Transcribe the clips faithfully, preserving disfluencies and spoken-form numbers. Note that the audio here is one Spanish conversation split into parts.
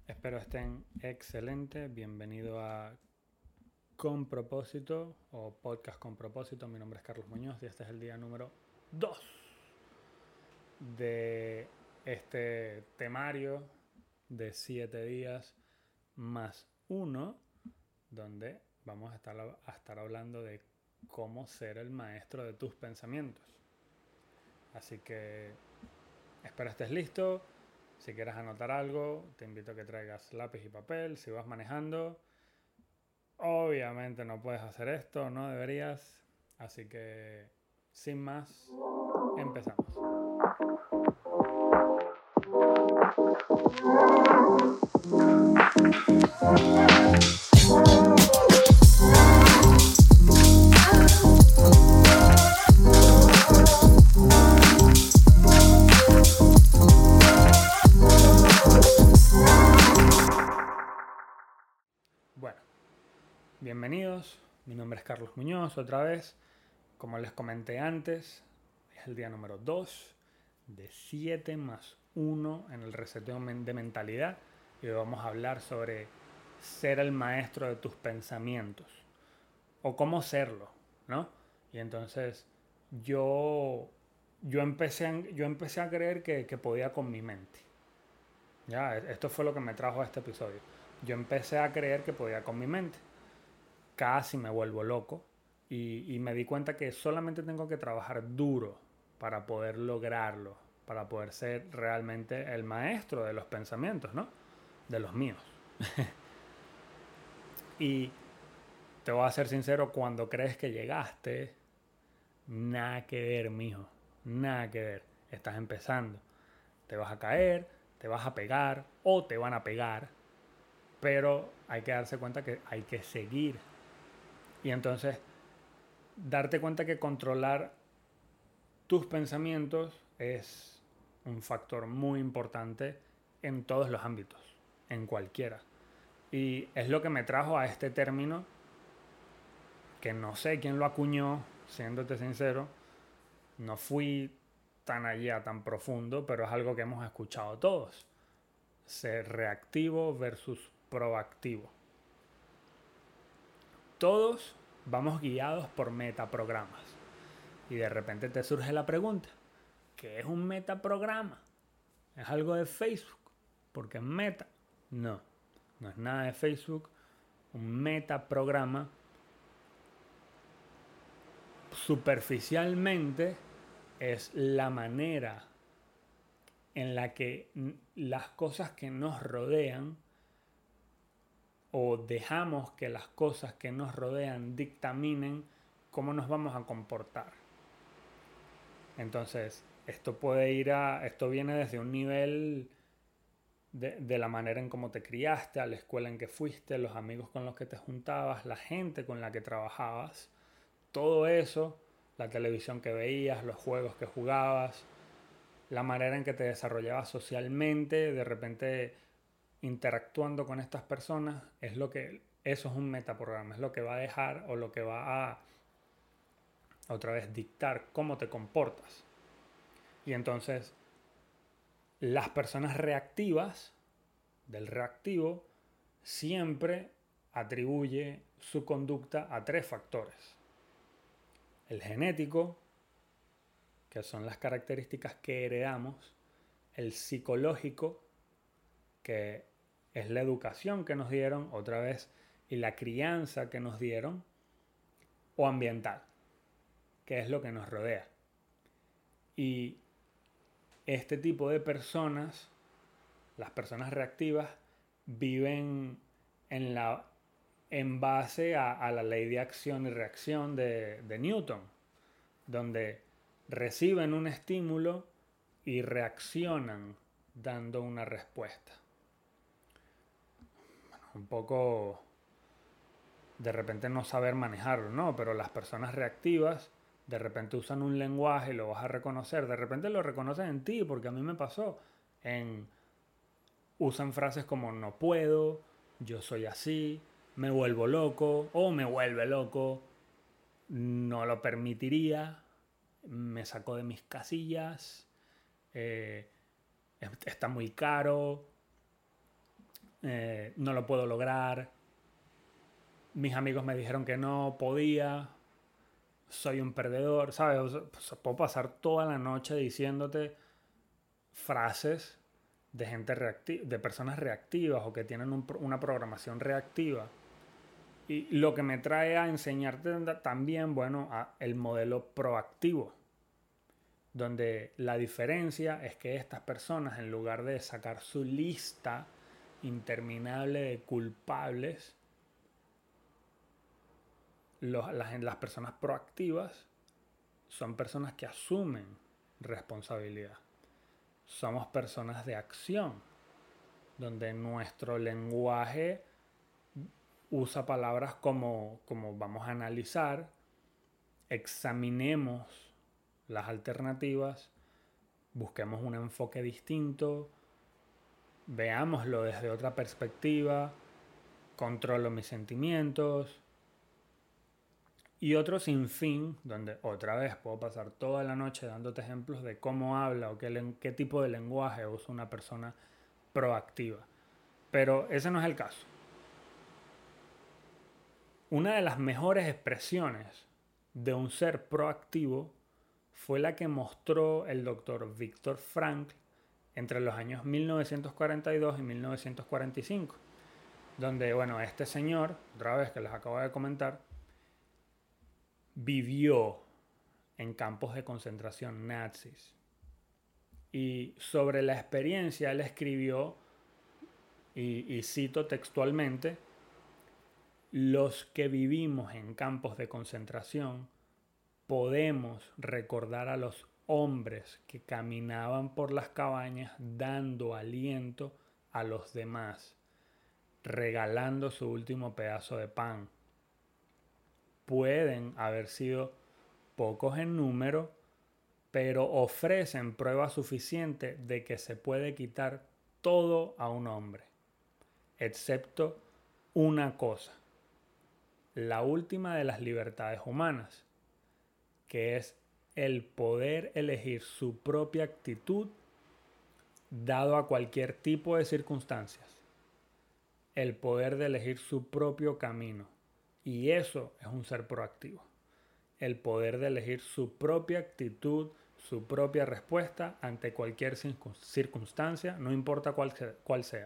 Espero estén excelentes. Bienvenido a Con Propósito o Podcast con Propósito. Mi nombre es Carlos Muñoz y este es el día número dos de este temario de siete días más uno, donde vamos a estar, a estar hablando de cómo ser el maestro de tus pensamientos. Así que espero estés listo. Si quieres anotar algo, te invito a que traigas lápiz y papel. Si vas manejando, obviamente no puedes hacer esto, no deberías. Así que, sin más, empezamos. Bueno, bienvenidos. Mi nombre es Carlos Muñoz, otra vez. Como les comenté antes, es el día número dos de siete más uno en el reseteo de mentalidad. Y hoy vamos a hablar sobre ser el maestro de tus pensamientos. O cómo serlo, ¿no? Y entonces yo, yo, empecé, a, yo empecé a creer que, que podía con mi mente. Ya, esto fue lo que me trajo a este episodio. Yo empecé a creer que podía con mi mente. Casi me vuelvo loco. Y, y me di cuenta que solamente tengo que trabajar duro para poder lograrlo, para poder ser realmente el maestro de los pensamientos, ¿no? De los míos. Y te voy a ser sincero, cuando crees que llegaste, nada que ver, mijo. Nada que ver. Estás empezando. Te vas a caer, te vas a pegar o te van a pegar. Pero hay que darse cuenta que hay que seguir. Y entonces, darte cuenta que controlar tus pensamientos es un factor muy importante en todos los ámbitos, en cualquiera. Y es lo que me trajo a este término, que no sé quién lo acuñó, siéndote sincero. No fui tan allá, tan profundo, pero es algo que hemos escuchado todos. Ser reactivo versus proactivo. Todos vamos guiados por metaprogramas. Y de repente te surge la pregunta, ¿qué es un metaprograma? ¿Es algo de Facebook? Porque es meta. No, no es nada de Facebook. Un metaprograma superficialmente es la manera en la que las cosas que nos rodean o dejamos que las cosas que nos rodean dictaminen cómo nos vamos a comportar. Entonces, esto puede ir a, esto viene desde un nivel de, de la manera en cómo te criaste, a la escuela en que fuiste, los amigos con los que te juntabas, la gente con la que trabajabas, todo eso, la televisión que veías, los juegos que jugabas, la manera en que te desarrollabas socialmente, de repente interactuando con estas personas, es lo que, eso es un metaprograma, es lo que va a dejar o lo que va a, otra vez, dictar cómo te comportas. Y entonces, las personas reactivas, del reactivo, siempre atribuye su conducta a tres factores. El genético, que son las características que heredamos, el psicológico, que es la educación que nos dieron, otra vez, y la crianza que nos dieron, o ambiental, que es lo que nos rodea. Y este tipo de personas, las personas reactivas, viven en, la, en base a, a la ley de acción y reacción de, de Newton, donde reciben un estímulo y reaccionan dando una respuesta. Bueno, un poco de repente no saber manejarlo, ¿no? Pero las personas reactivas de repente usan un lenguaje y lo vas a reconocer. De repente lo reconoces en ti, porque a mí me pasó. En, usan frases como no puedo, yo soy así, me vuelvo loco o me vuelve loco, no lo permitiría, me sacó de mis casillas, eh, está muy caro. eh, no lo puedo lograr, mis amigos me dijeron que no podía, soy un perdedor, ¿sabes? O sea, pues, puedo pasar toda la noche diciéndote frases de gente reactiva, de personas reactivas o que tienen un, una programación reactiva. Y lo que me trae a enseñarte también, bueno, a el modelo proactivo, donde la diferencia es que estas personas, en lugar de sacar su lista interminable de culpables, los, las, las personas proactivas son personas que asumen responsabilidad. Somos personas de acción, donde nuestro lenguaje usa palabras como, como vamos a analizar, examinemos las alternativas, busquemos un enfoque distinto, veámoslo desde otra perspectiva, controlo mis sentimientos y otro sinfín, donde otra vez puedo pasar toda la noche dándote ejemplos de cómo habla o qué, qué tipo de lenguaje usa una persona proactiva. Pero ese no es el caso. Una de las mejores expresiones de un ser proactivo fue la que mostró el doctor Viktor Frankl entre los años mil novecientos cuarenta y dos y mil novecientos cuarenta y cinco, donde, bueno, este señor, otra vez que les acabo de comentar, vivió en campos de concentración nazis. Y sobre la experiencia él escribió, y, y cito textualmente, los que vivimos en campos de concentración podemos recordar a los hombres que caminaban por las cabañas dando aliento a los demás, regalando su último pedazo de pan. Pueden haber sido pocos en número, pero ofrecen prueba suficiente de que se puede quitar todo a un hombre, excepto una cosa, la última de las libertades humanas, que es el poder elegir su propia actitud dado a cualquier tipo de circunstancias, el poder de elegir su propio camino. Y eso es un ser proactivo, el poder de elegir su propia actitud, su propia respuesta ante cualquier circunstancia, no importa cuál sea, cuál sea.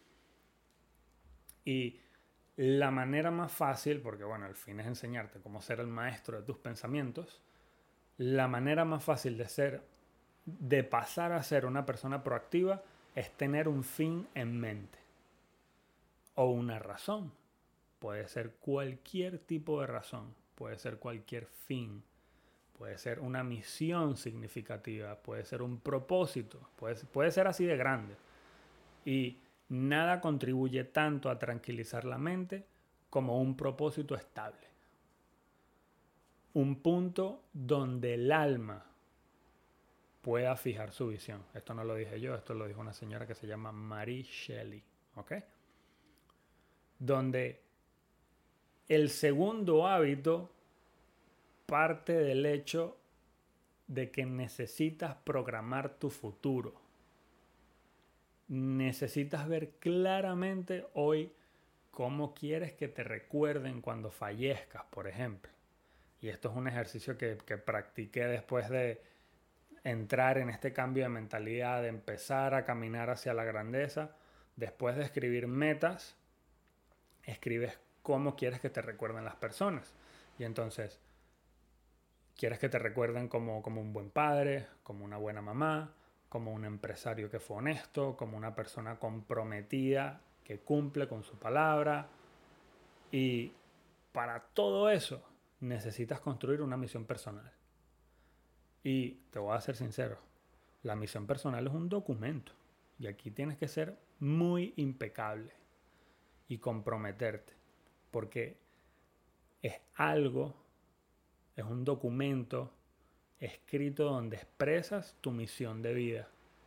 Y la manera más fácil, porque bueno, el fin es enseñarte cómo ser el maestro de tus pensamientos, la manera más fácil de ser, de pasar a ser una persona proactiva es tener un fin en mente o una razón. Puede ser cualquier tipo de razón, puede ser cualquier fin, puede ser una misión significativa, puede ser un propósito, puede, puede ser así de grande. Y nada contribuye tanto a tranquilizar la mente como un propósito estable. Un punto donde el alma pueda fijar su visión. Esto no lo dije yo, esto lo dijo una señora que se llama Mary Shelley. ¿Ok? Donde el segundo hábito parte del hecho de que necesitas programar tu futuro. Necesitas ver claramente hoy cómo quieres que te recuerden cuando fallezcas, por ejemplo. Y esto es un ejercicio que, que practiqué después de entrar en este cambio de mentalidad, de empezar a caminar hacia la grandeza. Después de escribir metas, escribes cómo quieres que te recuerden las personas. Y entonces, quieres que te recuerden como, como un buen padre, como una buena mamá, como un empresario que fue honesto, como una persona comprometida que cumple con su palabra. Y para todo eso necesitas construir una misión personal. Y te voy a ser sincero, la misión personal es un documento. Y aquí tienes que ser muy impecable y comprometerte. Porque es algo, es un documento escrito donde expresas tu misión de vida.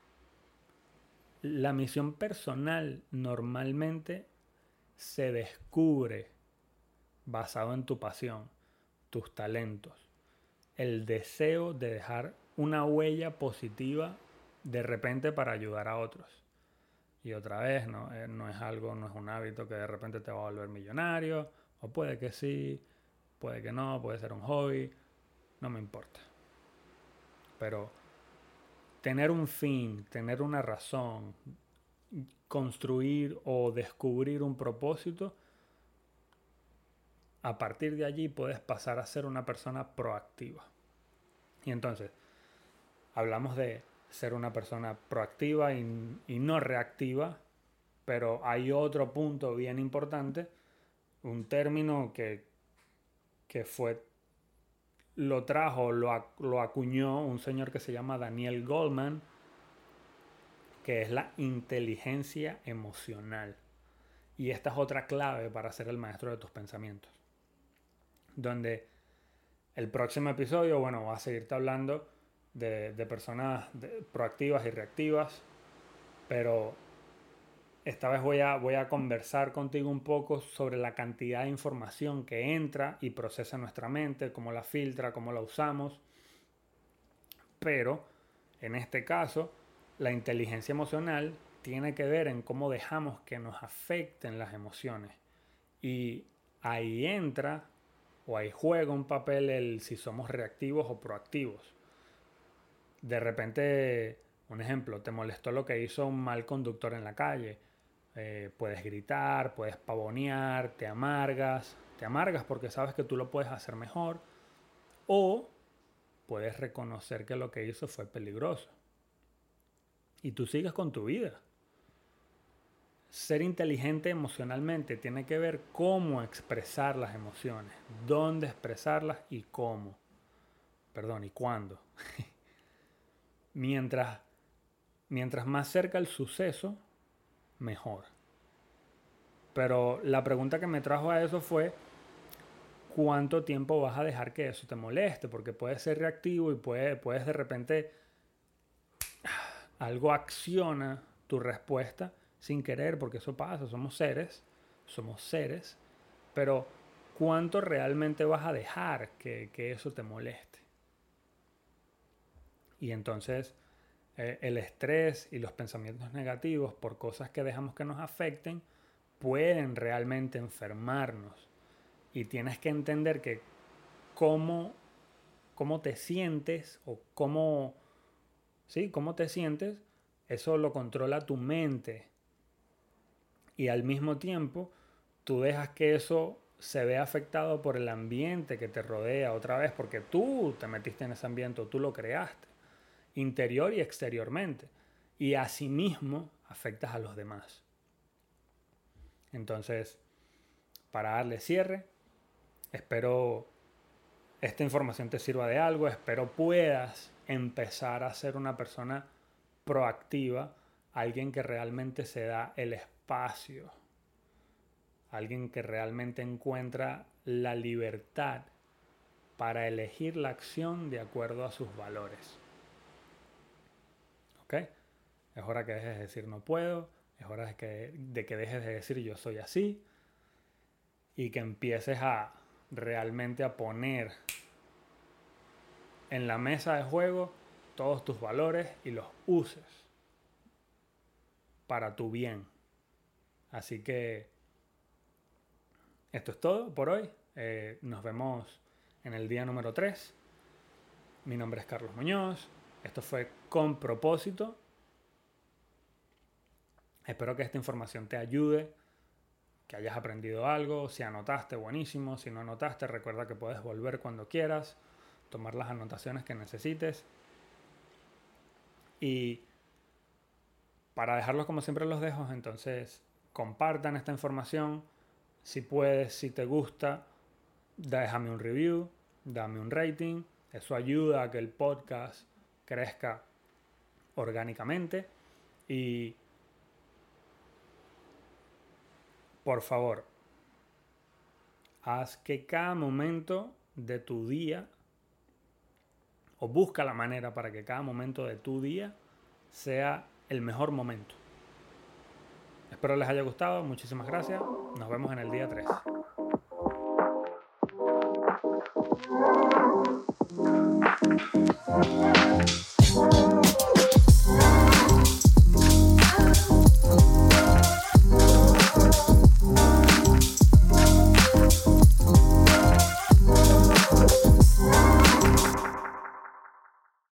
La misión personal normalmente se descubre basado en tu pasión, tus talentos, el deseo de dejar una huella positiva de repente para ayudar a otros. y otra vez, ¿no? Eh, no es algo, no es un hábito que de repente te va a volver millonario, o puede que sí, puede que no, puede ser un hobby, no me importa. Pero tener un fin, tener una razón, construir o descubrir un propósito, a partir de allí puedes pasar a ser una persona proactiva. Y entonces, hablamos de ser una persona proactiva y, y no reactiva, pero hay otro punto bien importante, un término que, que fue, lo trajo, lo, lo acuñó un señor que se llama Daniel Goleman, que es la inteligencia emocional. Y esta es otra clave para ser el maestro de tus pensamientos. Donde el próximo episodio, bueno, va a seguirte hablando de, de personas de, proactivas y reactivas, pero esta vez voy a, voy a conversar contigo un poco sobre la cantidad de información que entra y procesa nuestra mente, cómo la filtra, cómo la usamos. Pero, en este caso, la inteligencia emocional tiene que ver en cómo dejamos que nos afecten las emociones. Y ahí entra, o ahí juega un papel el si somos reactivos o proactivos. De repente, un ejemplo, te molestó lo que hizo un mal conductor en la calle. Eh, puedes gritar, puedes pavonear, te amargas. Te amargas porque sabes que tú lo puedes hacer mejor. O puedes reconocer que lo que hizo fue peligroso. Y tú sigues con tu vida. Ser inteligente emocionalmente tiene que ver cómo expresar las emociones, dónde expresarlas y cómo. Perdón, y cuándo. mientras, mientras más cerca el suceso, mejor. Pero la pregunta que me trajo a eso fue, ¿cuánto tiempo vas a dejar que eso te moleste? Porque puedes ser reactivo y puede, puedes de repente, algo acciona tu respuesta sin querer, porque eso pasa, somos seres, somos seres, pero ¿cuánto realmente vas a dejar que, que eso te moleste? Y entonces eh, el estrés y los pensamientos negativos por cosas que dejamos que nos afecten pueden realmente enfermarnos. Y tienes que entender que cómo, cómo te sientes o cómo, ¿sí? cómo te sientes, eso lo controla tu mente. Y al mismo tiempo, tú dejas que eso se vea afectado por el ambiente que te rodea otra vez, porque tú te metiste en ese ambiente, tú lo creaste, interior y exteriormente. Y asimismo afectas a los demás. Entonces, para darle cierre, espero esta información te sirva de algo, espero puedas empezar a ser una persona proactiva, alguien que realmente se da el espacio, alguien que realmente encuentra la libertad para elegir la acción de acuerdo a sus valores. ¿Ok? Es hora que dejes de decir no puedo, es hora de que, de que dejes de decir yo soy así y que empieces a realmente a poner en la mesa de juego todos tus valores y los uses para tu bien. Así que esto es todo por hoy. Eh, nos vemos en el día número tres. Mi nombre es Carlos Muñoz. Esto fue Con Propósito. Espero que esta información te ayude, que hayas aprendido algo. Si anotaste, buenísimo. Si no anotaste, recuerda que puedes volver cuando quieras, tomar las anotaciones que necesites. Y para dejarlos como siempre los dejo, entonces compartan esta información. Si puedes, si te gusta, déjame un review, dame un rating. Eso ayuda a que el podcast crezca orgánicamente. Y por favor, haz que cada momento de tu día, o busca la manera para que cada momento de tu día sea el mejor momento. Espero les haya gustado. Muchísimas gracias. Nos vemos en el día tres.